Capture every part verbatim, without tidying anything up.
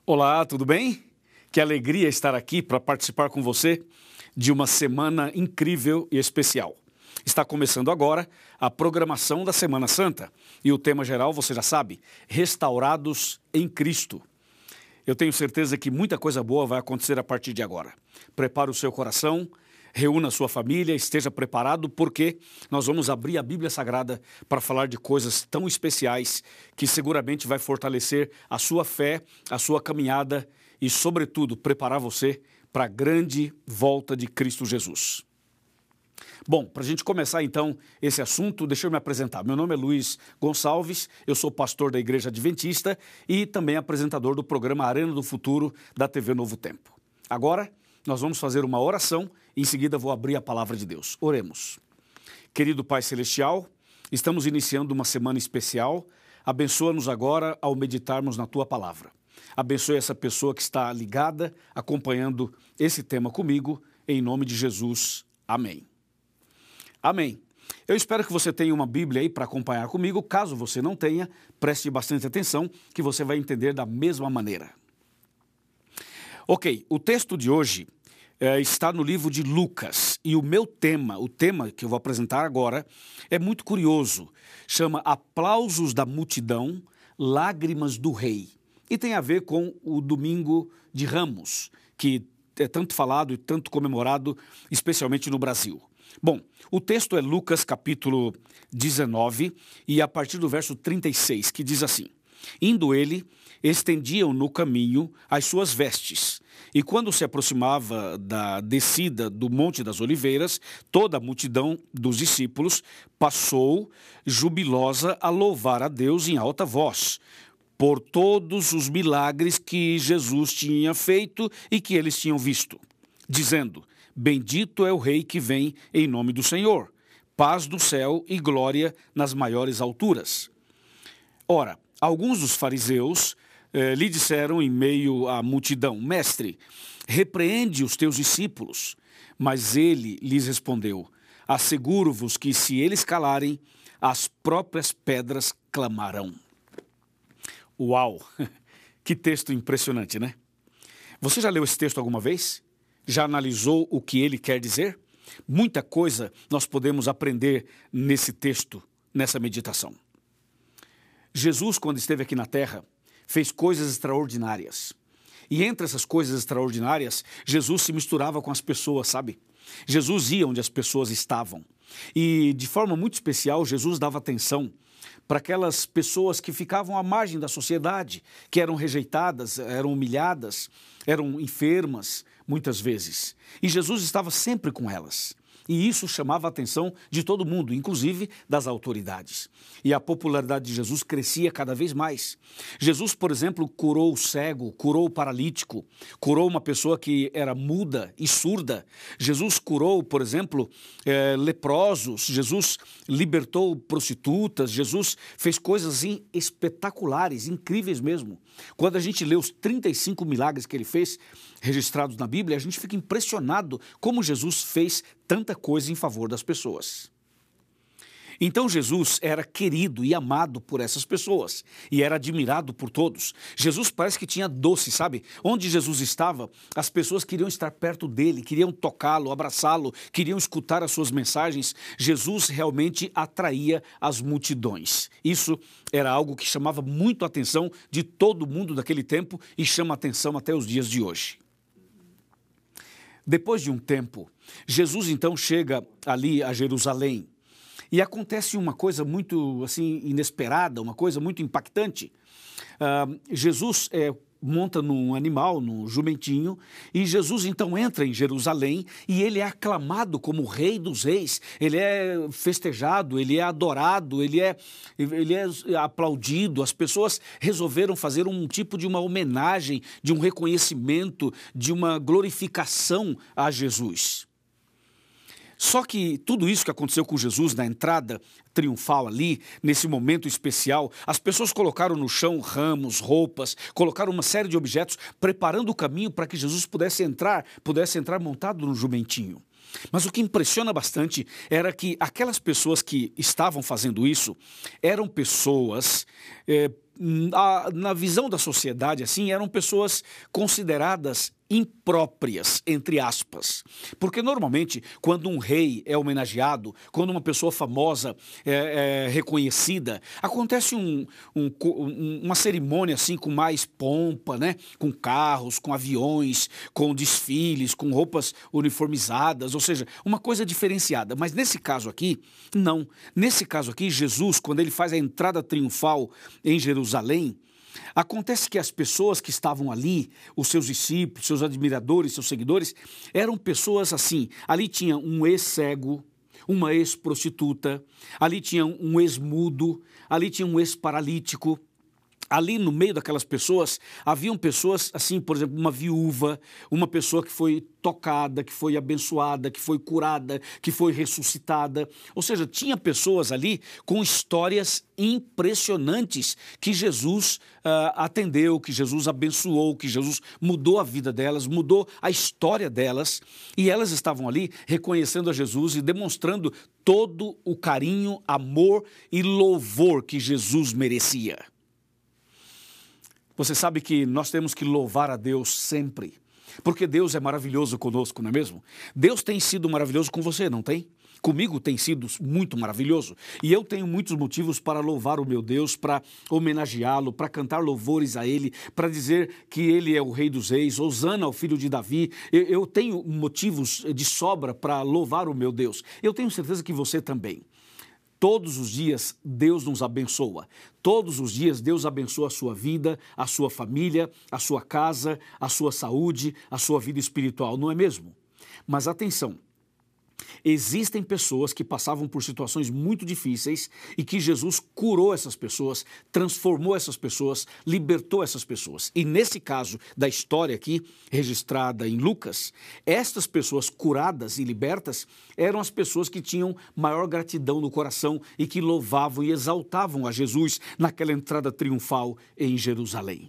Olá, tudo bem? Que alegria estar aqui para participar com você de uma semana incrível e especial. Está começando agora a programação da Semana Santa e o tema geral, você já sabe, restaurados em Cristo. Eu tenho certeza que muita coisa boa vai acontecer a partir de agora. Prepare o seu coração, reúna a sua família, esteja preparado, porque nós vamos abrir a Bíblia Sagrada para falar de coisas tão especiais que seguramente vai fortalecer a sua fé, a sua caminhada e, sobretudo, preparar você para a grande volta de Cristo Jesus. Bom, para a gente começar então esse assunto, deixa eu me apresentar. Meu nome é Luiz Gonçalves, eu sou pastor da Igreja Adventista e também apresentador do programa Arena do Futuro da T V Novo Tempo. Agora, nós vamos fazer uma oração e em seguida vou abrir a palavra de Deus. Oremos. Querido Pai Celestial, estamos iniciando uma semana especial. Abençoa-nos agora ao meditarmos na Tua palavra. Abençoe essa pessoa que está ligada, acompanhando esse tema comigo, em nome de Jesus. Amém. Amém. Eu espero que você tenha uma Bíblia aí para acompanhar comigo. Caso você não tenha, preste bastante atenção que você vai entender da mesma maneira. Ok, o texto de hoje é, está no livro de Lucas e o meu tema, o tema que eu vou apresentar agora, é muito curioso. Chama Aplausos da Multidão, Lágrimas do Rei. E tem a ver com o Domingo de Ramos, que é tanto falado e tanto comemorado, especialmente no Brasil. Bom, o texto é Lucas capítulo dezenove e a partir do verso trinta e seis, que diz assim: Indo ele, estendiam no caminho as suas vestes, e quando se aproximava da descida do Monte das Oliveiras, toda a multidão dos discípulos passou jubilosa a louvar a Deus em alta voz, por todos os milagres que Jesus tinha feito e que eles tinham visto, dizendo: Bendito é o Rei que vem em nome do Senhor, paz do céu e glória nas maiores alturas. Ora, alguns dos fariseus eh, lhe disseram em meio à multidão: Mestre, repreende os teus discípulos. Mas ele lhes respondeu: Asseguro-vos que se eles calarem, as próprias pedras clamarão. Uau! Que texto impressionante, né? Você já leu esse texto alguma vez? Já analisou o que ele quer dizer? Muita coisa nós podemos aprender nesse texto, nessa meditação. Jesus, quando esteve aqui na Terra, fez coisas extraordinárias. E entre essas coisas extraordinárias, Jesus se misturava com as pessoas, sabe? Jesus ia onde as pessoas estavam. E, de forma muito especial, Jesus dava atenção para aquelas pessoas que ficavam à margem da sociedade, que eram rejeitadas, eram humilhadas, eram enfermas, muitas vezes. E Jesus estava sempre com elas. E isso chamava a atenção de todo mundo, inclusive das autoridades. E a popularidade de Jesus crescia cada vez mais. Jesus, por exemplo, curou o cego, curou o paralítico, curou uma pessoa que era muda e surda. Jesus curou, por exemplo, eh, leprosos. Jesus libertou prostitutas. Jesus fez coisas assim, espetaculares, incríveis mesmo. Quando a gente lê os trinta e cinco milagres que ele fez, registrados na Bíblia, a gente fica impressionado como Jesus fez tanta coisa em favor das pessoas. Então Jesus era querido e amado por essas pessoas e era admirado por todos. Jesus parece que tinha doce, sabe? Onde Jesus estava, as pessoas queriam estar perto dele, queriam tocá-lo, abraçá-lo, queriam escutar as suas mensagens. Jesus realmente atraía as multidões. Isso era algo que chamava muito a atenção de todo mundo daquele tempo e chama a atenção até os dias de hoje. Depois de um tempo, Jesus então chega ali a Jerusalém e acontece uma coisa muito assim inesperada, uma coisa muito impactante. Uh, Jesus é, monta num animal, num jumentinho, e Jesus então entra em Jerusalém e ele é aclamado como o Rei dos Reis, ele é festejado, ele é adorado, ele é, ele é aplaudido. As pessoas resolveram fazer um tipo de uma homenagem, de um reconhecimento, de uma glorificação a Jesus. Só que tudo isso que aconteceu com Jesus na entrada triunfal ali, nesse momento especial, as pessoas colocaram no chão ramos, roupas, colocaram uma série de objetos, preparando o caminho para que Jesus pudesse entrar, pudesse entrar montado no jumentinho. Mas o que impressiona bastante era que aquelas pessoas que estavam fazendo isso eram pessoas é, a, na visão da sociedade, assim, eram pessoas consideradas impróprias, entre aspas. Porque normalmente, quando um rei é homenageado, quando uma pessoa famosa é, é reconhecida, acontece um, um, uma cerimônia assim com mais pompa, né? Com carros, com aviões, com desfiles, com roupas uniformizadas, ou seja, uma coisa diferenciada. Mas nesse caso aqui, não. Nesse caso aqui, Jesus, quando ele faz a entrada triunfal em Jerusalém, acontece que as pessoas que estavam ali, os seus discípulos, seus admiradores, seus seguidores, eram pessoas assim. Ali tinha um ex-cego, uma ex-prostituta, ali tinha um ex-mudo, ali tinha um ex-paralítico. Ali no meio daquelas pessoas, haviam pessoas assim, por exemplo, uma viúva, uma pessoa que foi tocada, que foi abençoada, que foi curada, que foi ressuscitada. Ou seja, tinha pessoas ali com histórias impressionantes que Jesus uh, atendeu, que Jesus abençoou, que Jesus mudou a vida delas, mudou a história delas. E elas estavam ali reconhecendo a Jesus e demonstrando todo o carinho, amor e louvor que Jesus merecia. Você sabe que nós temos que louvar a Deus sempre, porque Deus é maravilhoso conosco, não é mesmo? Deus tem sido maravilhoso com você, não tem? Comigo tem sido muito maravilhoso e eu tenho muitos motivos para louvar o meu Deus, para homenageá-lo, para cantar louvores a Ele, para dizer que Ele é o Rei dos Reis, Hosana, o Filho de Davi. Eu, eu tenho motivos de sobra para louvar o meu Deus. Eu tenho certeza que você também. Todos os dias Deus nos abençoa. Todos os dias Deus abençoa a sua vida, a sua família, a sua casa, a sua saúde, a sua vida espiritual, não é mesmo? Mas atenção, existem pessoas que passavam por situações muito difíceis e que Jesus curou essas pessoas, transformou essas pessoas, libertou essas pessoas. E nesse caso da história aqui, registrada em Lucas, estas pessoas curadas e libertas eram as pessoas que tinham maior gratidão no coração e que louvavam e exaltavam a Jesus naquela entrada triunfal em Jerusalém.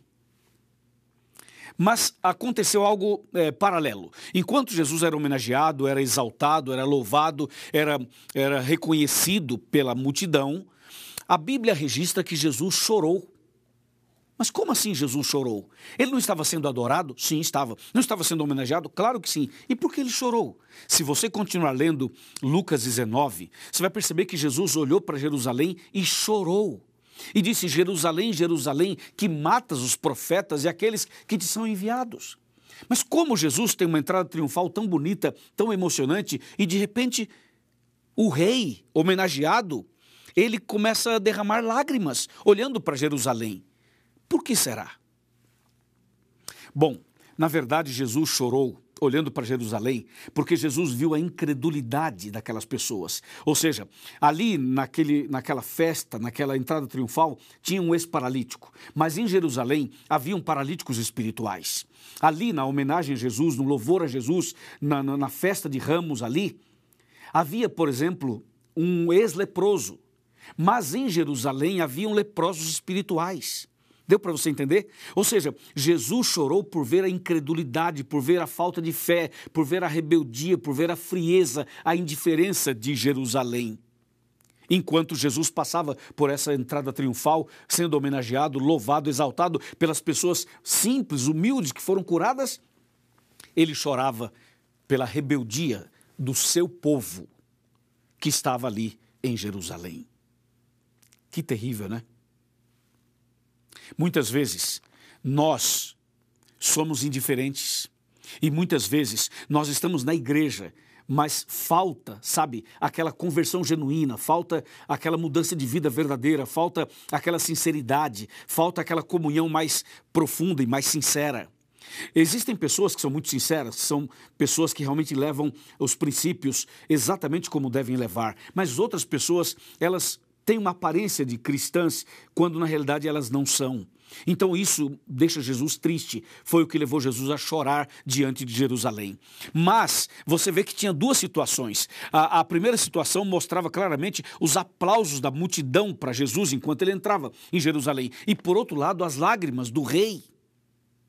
Mas aconteceu algo é, paralelo. Enquanto Jesus era homenageado, era exaltado, era louvado, era, era reconhecido pela multidão, a Bíblia registra que Jesus chorou. Mas como assim Jesus chorou? Ele não estava sendo adorado? Sim, estava. Não estava sendo homenageado? Claro que sim. E por que ele chorou? Se você continuar lendo Lucas dezenove, você vai perceber que Jesus olhou para Jerusalém e chorou. E disse: Jerusalém, Jerusalém, que matas os profetas e aqueles que te são enviados. Mas como Jesus tem uma entrada triunfal tão bonita, tão emocionante, e de repente o rei homenageado, ele começa a derramar lágrimas, olhando para Jerusalém. Por que será? Bom, na verdade Jesus chorou olhando para Jerusalém, porque Jesus viu a incredulidade daquelas pessoas. Ou seja, ali naquele, naquela festa, naquela entrada triunfal, tinha um ex-paralítico. Mas em Jerusalém haviam paralíticos espirituais. Ali na homenagem a Jesus, no louvor a Jesus, na, na, na festa de Ramos ali, havia, por exemplo, um ex-leproso. Mas em Jerusalém haviam leprosos espirituais. Deu para você entender? Ou seja, Jesus chorou por ver a incredulidade, por ver a falta de fé, por ver a rebeldia, por ver a frieza, a indiferença de Jerusalém. Enquanto Jesus passava por essa entrada triunfal, sendo homenageado, louvado, exaltado pelas pessoas simples, humildes, que foram curadas, ele chorava pela rebeldia do seu povo que estava ali em Jerusalém. Que terrível, né? Muitas vezes nós somos indiferentes e muitas vezes nós estamos na igreja, mas falta, sabe, aquela conversão genuína, falta aquela mudança de vida verdadeira, falta aquela sinceridade, falta aquela comunhão mais profunda e mais sincera. Existem pessoas que são muito sinceras, são pessoas que realmente levam os princípios exatamente como devem levar, mas outras pessoas, elas têm uma aparência de cristãs, quando na realidade elas não são. Então isso deixa Jesus triste, foi o que levou Jesus a chorar diante de Jerusalém. Mas você vê que tinha duas situações. A, a primeira situação mostrava claramente os aplausos da multidão para Jesus enquanto ele entrava em Jerusalém. E por outro lado, as lágrimas do rei.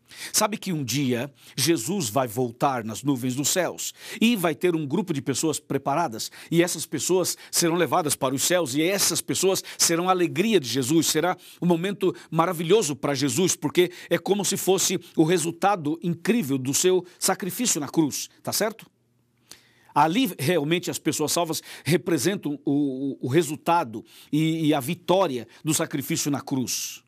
Sabe que um dia Jesus vai voltar nas nuvens dos céus e vai ter um grupo de pessoas preparadas e essas pessoas serão levadas para os céus e essas pessoas serão a alegria de Jesus, será um momento maravilhoso para Jesus, porque é como se fosse o resultado incrível do seu sacrifício na cruz, tá certo? Ali realmente as pessoas salvas representam o, o resultado e, e a vitória do sacrifício na cruz.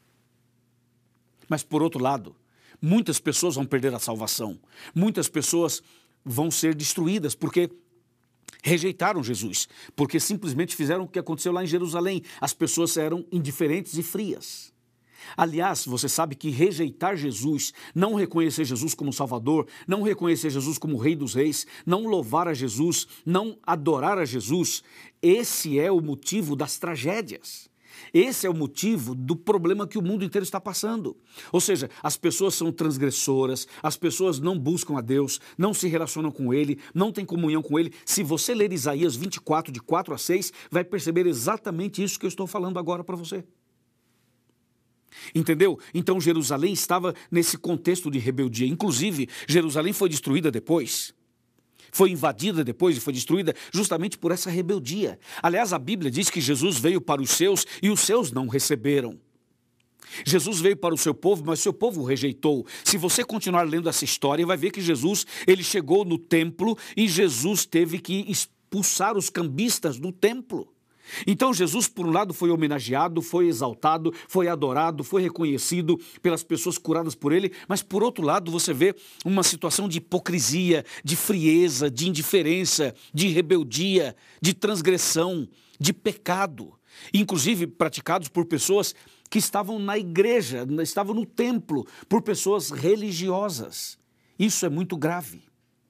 Mas por outro lado, muitas pessoas vão perder a salvação. Muitas pessoas vão ser destruídas porque rejeitaram Jesus. Porque simplesmente fizeram o que aconteceu lá em Jerusalém. As pessoas eram indiferentes e frias. Aliás, você sabe que rejeitar Jesus, não reconhecer Jesus como Salvador, não reconhecer Jesus como Rei dos Reis, não louvar a Jesus, não adorar a Jesus, esse é o motivo das tragédias. Esse é o motivo do problema que o mundo inteiro está passando. Ou seja, as pessoas são transgressoras, as pessoas não buscam a Deus, não se relacionam com Ele, não têm comunhão com Ele. Se você ler Isaías vinte e quatro, de quatro a seis, vai perceber exatamente isso que eu estou falando agora para você. Entendeu? Então Jerusalém estava nesse contexto de rebeldia. Inclusive, Jerusalém foi destruída depois. Foi invadida depois e foi destruída justamente por essa rebeldia. Aliás, a Bíblia diz que Jesus veio para os seus e os seus não receberam. Jesus veio para o seu povo, mas o seu povo o rejeitou. Se você continuar lendo essa história, vai ver que Jesus, ele chegou no templo e Jesus teve que expulsar os cambistas do templo. Então Jesus, por um lado, foi homenageado, foi exaltado, foi adorado, foi reconhecido pelas pessoas curadas por ele, mas por outro lado você vê uma situação de hipocrisia, de frieza, de indiferença, de rebeldia, de transgressão, de pecado, inclusive praticados por pessoas que estavam na igreja, estavam no templo, por pessoas religiosas. Isso é muito grave.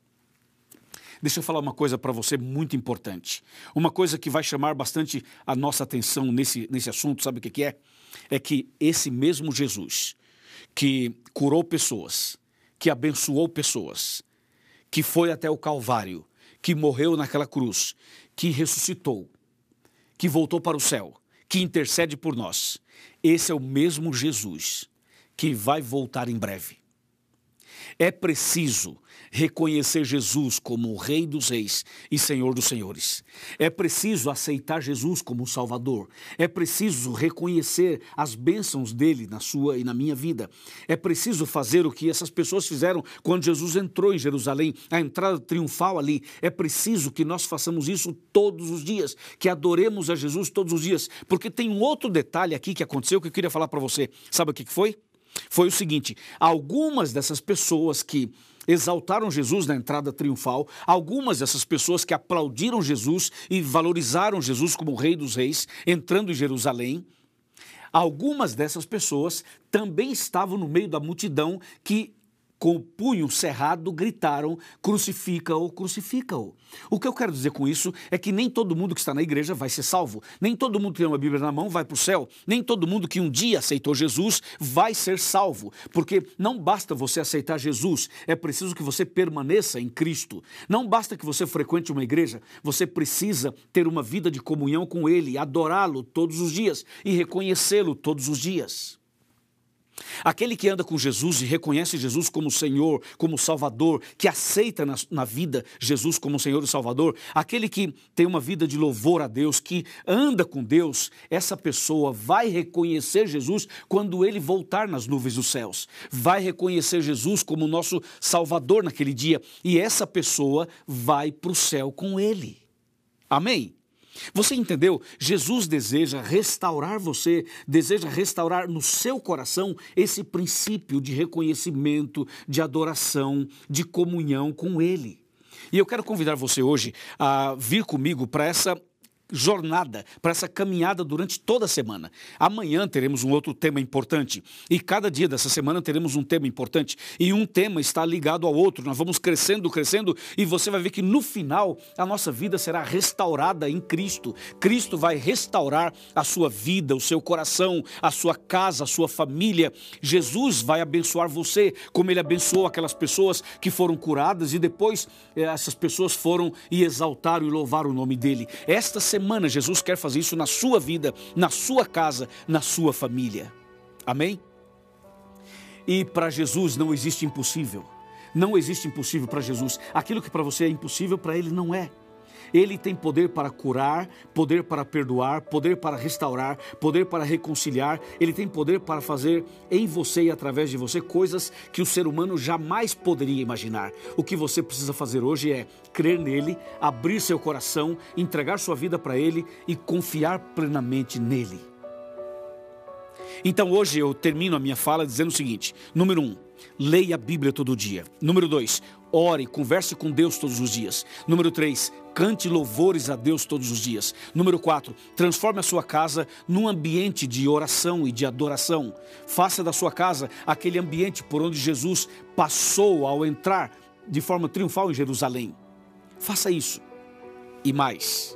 Deixa eu falar uma coisa para você muito importante. Uma coisa que vai chamar bastante a nossa atenção nesse, nesse assunto, sabe o que que é? É que esse mesmo Jesus, que curou pessoas, que abençoou pessoas, que foi até o Calvário, que morreu naquela cruz, que ressuscitou, que voltou para o céu, que intercede por nós. Esse é o mesmo Jesus que vai voltar em breve. É preciso reconhecer Jesus como o Rei dos Reis e Senhor dos Senhores. É preciso aceitar Jesus como Salvador. É preciso reconhecer as bênçãos dele na sua e na minha vida. É preciso fazer o que essas pessoas fizeram quando Jesus entrou em Jerusalém, a entrada triunfal ali. É preciso que nós façamos isso todos os dias, que adoremos a Jesus todos os dias. Porque tem um outro detalhe aqui que aconteceu que eu queria falar para você. Sabe o que foi? Foi o seguinte, algumas dessas pessoas que exaltaram Jesus na entrada triunfal, algumas dessas pessoas que aplaudiram Jesus e valorizaram Jesus como o Rei dos Reis, entrando em Jerusalém, algumas dessas pessoas também estavam no meio da multidão que, com o punho cerrado, gritaram, crucifica-o, crucifica-o. O que eu quero dizer com isso é que nem todo mundo que está na igreja vai ser salvo, nem todo mundo que tem uma Bíblia na mão vai para o céu, nem todo mundo que um dia aceitou Jesus vai ser salvo, porque não basta você aceitar Jesus, é preciso que você permaneça em Cristo. Não basta que você frequente uma igreja, você precisa ter uma vida de comunhão com Ele, adorá-lo todos os dias e reconhecê-lo todos os dias. Aquele que anda com Jesus e reconhece Jesus como Senhor, como Salvador, que aceita na, na vida Jesus como Senhor e Salvador, aquele que tem uma vida de louvor a Deus, que anda com Deus, essa pessoa vai reconhecer Jesus quando ele voltar nas nuvens dos céus. Vai reconhecer Jesus como nosso Salvador naquele dia e essa pessoa vai para o céu com ele. Amém? Você entendeu? Jesus deseja restaurar você, deseja restaurar no seu coração esse princípio de reconhecimento, de adoração, de comunhão com Ele. E eu quero convidar você hoje a vir comigo para essa jornada, para essa caminhada durante toda a semana. Amanhã teremos um outro tema importante e cada dia dessa semana teremos um tema importante e um tema está ligado ao outro. Nós vamos crescendo, crescendo e você vai ver que no final a nossa vida será restaurada em Cristo. Cristo vai restaurar a sua vida, o seu coração, a sua casa, a sua família. Jesus vai abençoar você como Ele abençoou aquelas pessoas que foram curadas e depois eh, essas pessoas foram e exaltaram e louvaram o nome dEle. Esta semana Semana, Jesus quer fazer isso na sua vida, na sua casa, na sua família. Amém? E para Jesus não existe impossível. Não existe impossível para Jesus. Aquilo que para você é impossível, para Ele não é. Ele tem poder para curar, poder para perdoar, poder para restaurar, poder para reconciliar. Ele tem poder para fazer em você e através de você coisas que o ser humano jamais poderia imaginar. O que você precisa fazer hoje é crer nele, abrir seu coração, entregar sua vida para Ele e confiar plenamente nele. Então hoje eu termino a minha fala dizendo o seguinte: número um, leia a Bíblia todo dia. Número dois, ore, converse com Deus todos os dias. Número três, cante louvores a Deus todos os dias. Número quatro, transforme a sua casa num ambiente de oração e de adoração. Faça da sua casa aquele ambiente por onde Jesus passou ao entrar de forma triunfal em Jerusalém. Faça isso. E mais,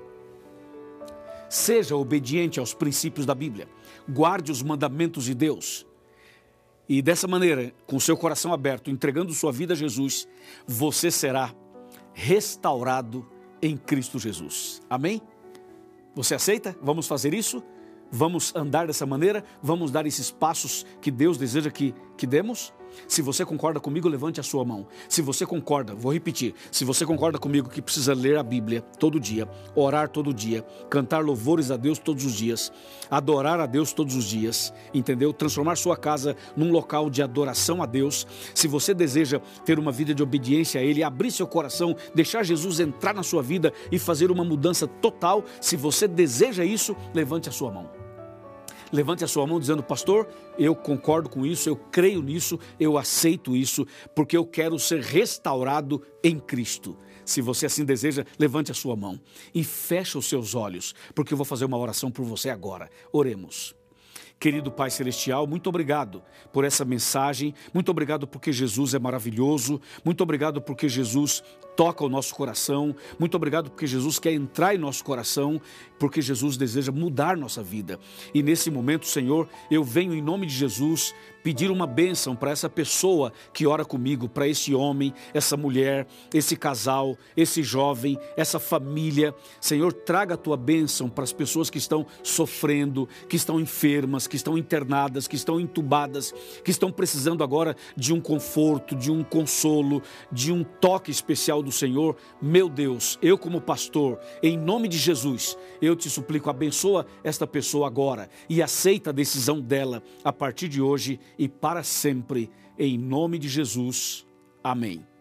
seja obediente aos princípios da Bíblia. Guarde os mandamentos de Deus. E dessa maneira, com seu coração aberto, entregando sua vida a Jesus, você será restaurado em Cristo Jesus. Amém? Você aceita? Vamos fazer isso? Vamos andar dessa maneira? Vamos dar esses passos que Deus deseja que, que demos? Se você concorda comigo, levante a sua mão. Se você concorda, vou repetir, se você concorda comigo que precisa ler a Bíblia todo dia, orar todo dia, cantar louvores a Deus todos os dias, adorar a Deus todos os dias, entendeu? Transformar sua casa num local de adoração a Deus. Se você deseja ter uma vida de obediência a Ele, abrir seu coração, deixar Jesus entrar na sua vida e fazer uma mudança total, se você deseja isso, levante a sua mão. Levante a sua mão dizendo: pastor, eu concordo com isso, eu creio nisso, eu aceito isso, porque eu quero ser restaurado em Cristo. Se você assim deseja, levante a sua mão e feche os seus olhos, porque eu vou fazer uma oração por você agora. Oremos. Querido Pai Celestial, muito obrigado por essa mensagem, muito obrigado porque Jesus é maravilhoso, muito obrigado porque Jesus toca o nosso coração, muito obrigado porque Jesus quer entrar em nosso coração, porque Jesus deseja mudar nossa vida. E nesse momento, Senhor, eu venho em nome de Jesus pedir uma bênção para essa pessoa que ora comigo, para esse homem, essa mulher, esse casal, esse jovem, essa família. Senhor, traga a tua bênção para as pessoas que estão sofrendo, que estão enfermas, que estão internadas, que estão entubadas, que estão precisando agora de um conforto, de um consolo, de um toque especial do Senhor. Meu Deus, eu como pastor, em nome de Jesus, eu te suplico, abençoa esta pessoa agora e aceita a decisão dela a partir de hoje e para sempre, em nome de Jesus. Amém.